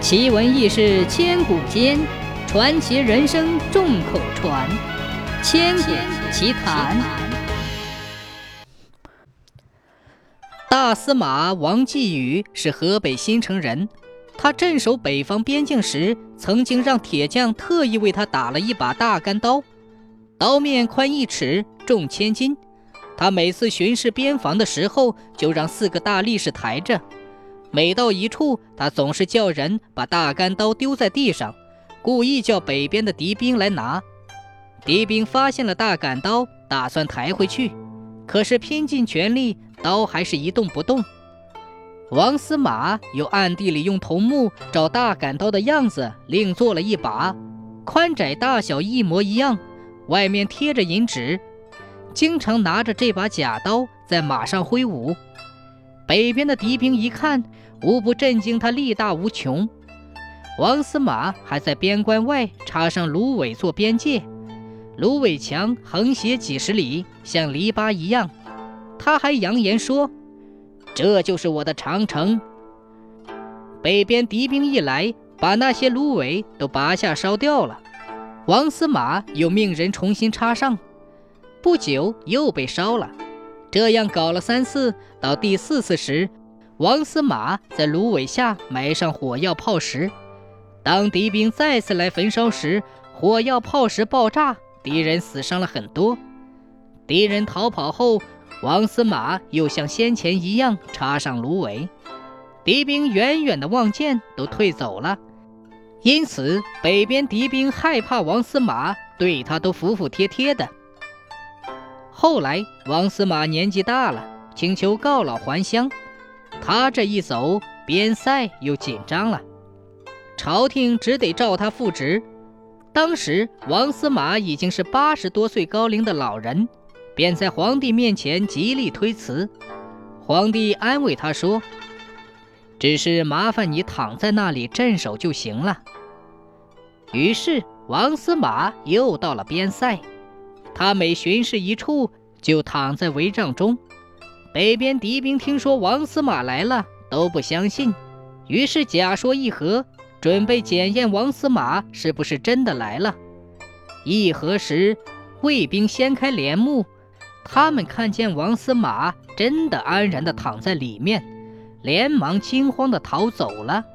奇闻异事千古间，传奇人生众口传。千古奇谈。大司马王继宇是河北新城人，他镇守北方边境时，曾经让铁匠特意为他打了一把大干刀，刀面宽1尺，重1000斤。他每次巡视边防的时候，就让4个大力士抬着。每到一处，他总是叫人把大干刀丢在地上，故意叫北边的敌兵来拿。敌兵发现了大杆刀，打算抬回去，可是拼尽全力，刀还是一动不动。王司马又暗地里用桐木照大杆刀的样子另做了一把，宽窄大小一模一样，外面贴着银纸，经常拿着这把假刀在马上挥舞。北边的敌兵一看，无不震惊他力大无穷。王司马还在边关外插上芦苇做边界，芦苇墙横斜几十里，像篱笆一样。他还扬言说，这就是我的长城。北边敌兵一来，把那些芦苇都拔下烧掉了。王司马又命人重新插上，不久又被烧了。这样搞了3次，到第4次时，王司马在芦苇下埋上火药炮石。当敌兵再次来焚烧时，火药炮石爆炸，敌人死伤了很多。敌人逃跑后，王司马又像先前一样插上芦苇，敌兵远远的望见都退走了。因此北边敌兵害怕王司马，对他都服服帖帖的。后来王司马年纪大了，请求告老还乡。他这一走，边塞又紧张了，朝廷只得召他复职。当时王司马已经是80多岁高龄的老人，便在皇帝面前极力推辞。皇帝安慰他说，只是麻烦你躺在那里镇守就行了。于是王司马又到了边塞，他每巡视一处，就躺在帷帐中。北边敌兵听说王司马来了，都不相信，于是假说议和，准备检验王司马是不是真的来了。议和时，卫兵掀开帘幕，他们看见王司马真的安然地躺在里面，连忙惊慌地逃走了。